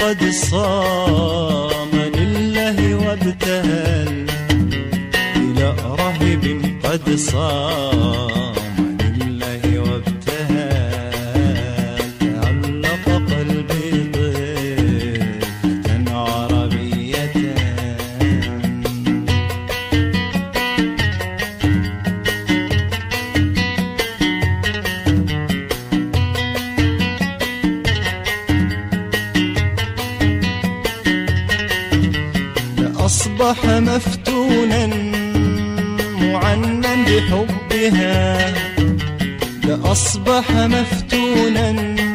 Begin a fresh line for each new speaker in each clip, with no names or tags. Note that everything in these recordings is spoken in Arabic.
قد صام لله وابتهل، إلى راهب قد صام لله وابتهل، تعلق قلبي طفلة عربية. أصبح مفتونا معنى بحبها، لأصبح مفتونا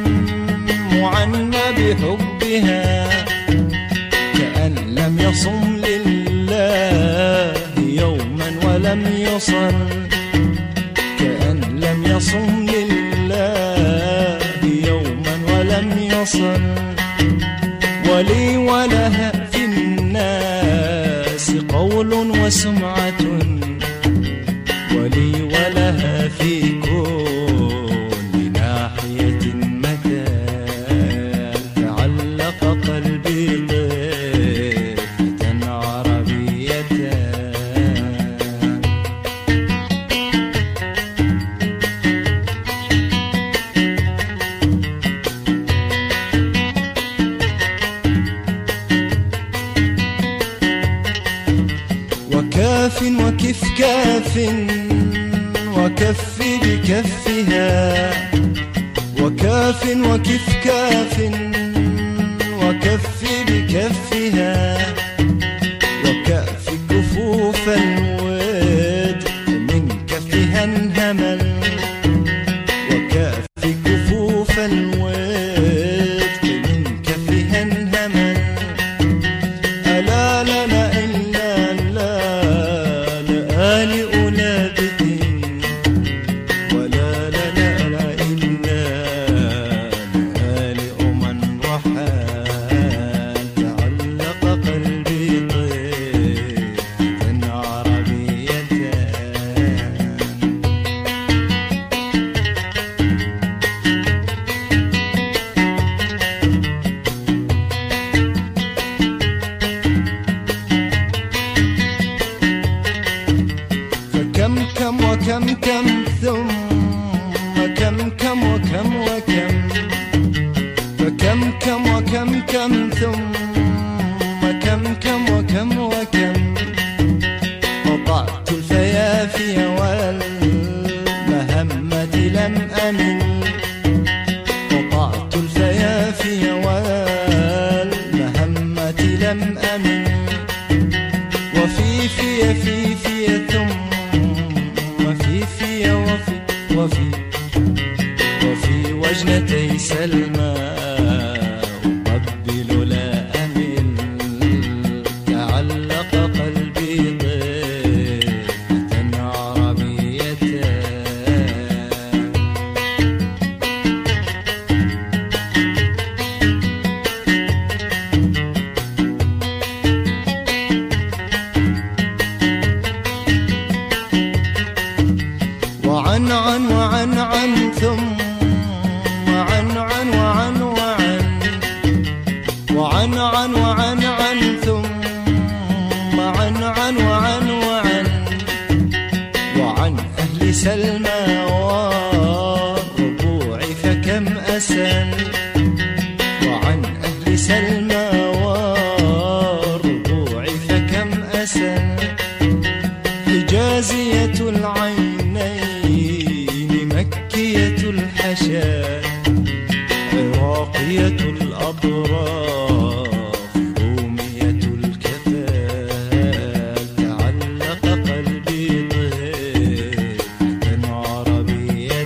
معنى بحبها، كأن لم يصم لله يوما ولم يصل، كأن لم يصم لله يوما ولم يصل، ولي ولها في الناس قول وسمعة، ولي ولها في كل ناحية مكان، تعلق قلبي طفلة عربية. وكاف وكف كاف وكف بكفها، وكاف وكف كاف وكف بكفها، وكاف كفوف الود من كفها انهمل، وكاف كفوف الود من كفها انهمل، ألا لنا إلا لآل أولادة، ولا لنا إلا لآل أمن رحال، تعلق قلبي طفلة عربية. فكم كم وكم كم ثم كم كم وكم وكم، فكم كم وكم كم ثم كم كم وكم وكم، قطعت الفيافي والمهمة لم أمل، قطعت الفيافي والمهمة لم أمل، وفي في في في ثم وفي في وفي وفي وفي وجنتي سلمى أقبل لا أمل، تعلق قلبي طفلة عربية. وعن عن وعن عن ثم عن عن وعن وعن، وعن عن وعن عن ثم عن عن وعن وعن، وعن أهل سلمى والربوع فكم أسن، وعن أهل سلمى والربوع فكم أسن، حجازية العينين مكية الحشا، عراقية الأطراف رومية الكفال، تعلق قلبي طفلة عربية.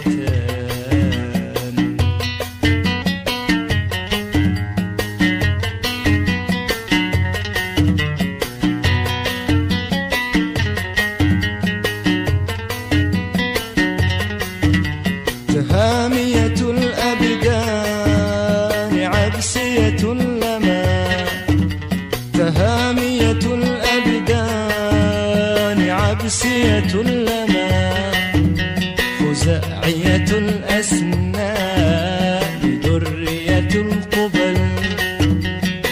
تهامية الأبدان عبسية لما، تهامية الأبدان عبسية لما، فزاعية الأسنان درية القبل،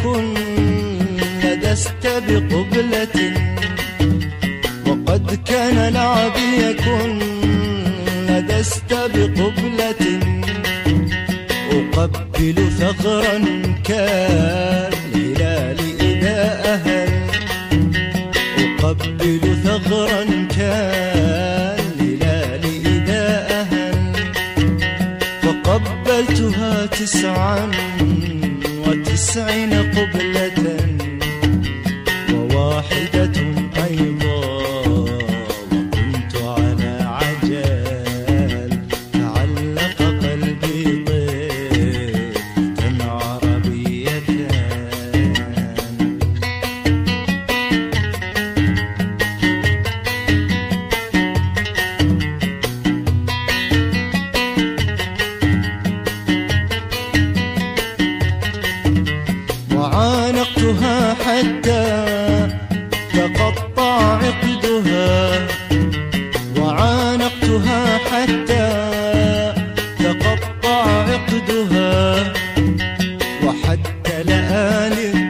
لدست بقبلة، وقد كان لعبي يكن لدست بقبلة، أقبل ثغرا كالهلال إذا أهل، أقبل ثغرا كالهلال إذا أهل، فقبلتها 99 قبلة، وواحدة أيضا وكنت على عجل، تعلق قلبي طفلة عربية. وعانقتها حتى تقطع عقدها، وعانقتها حتى تقطع عقدها، وحتى لآل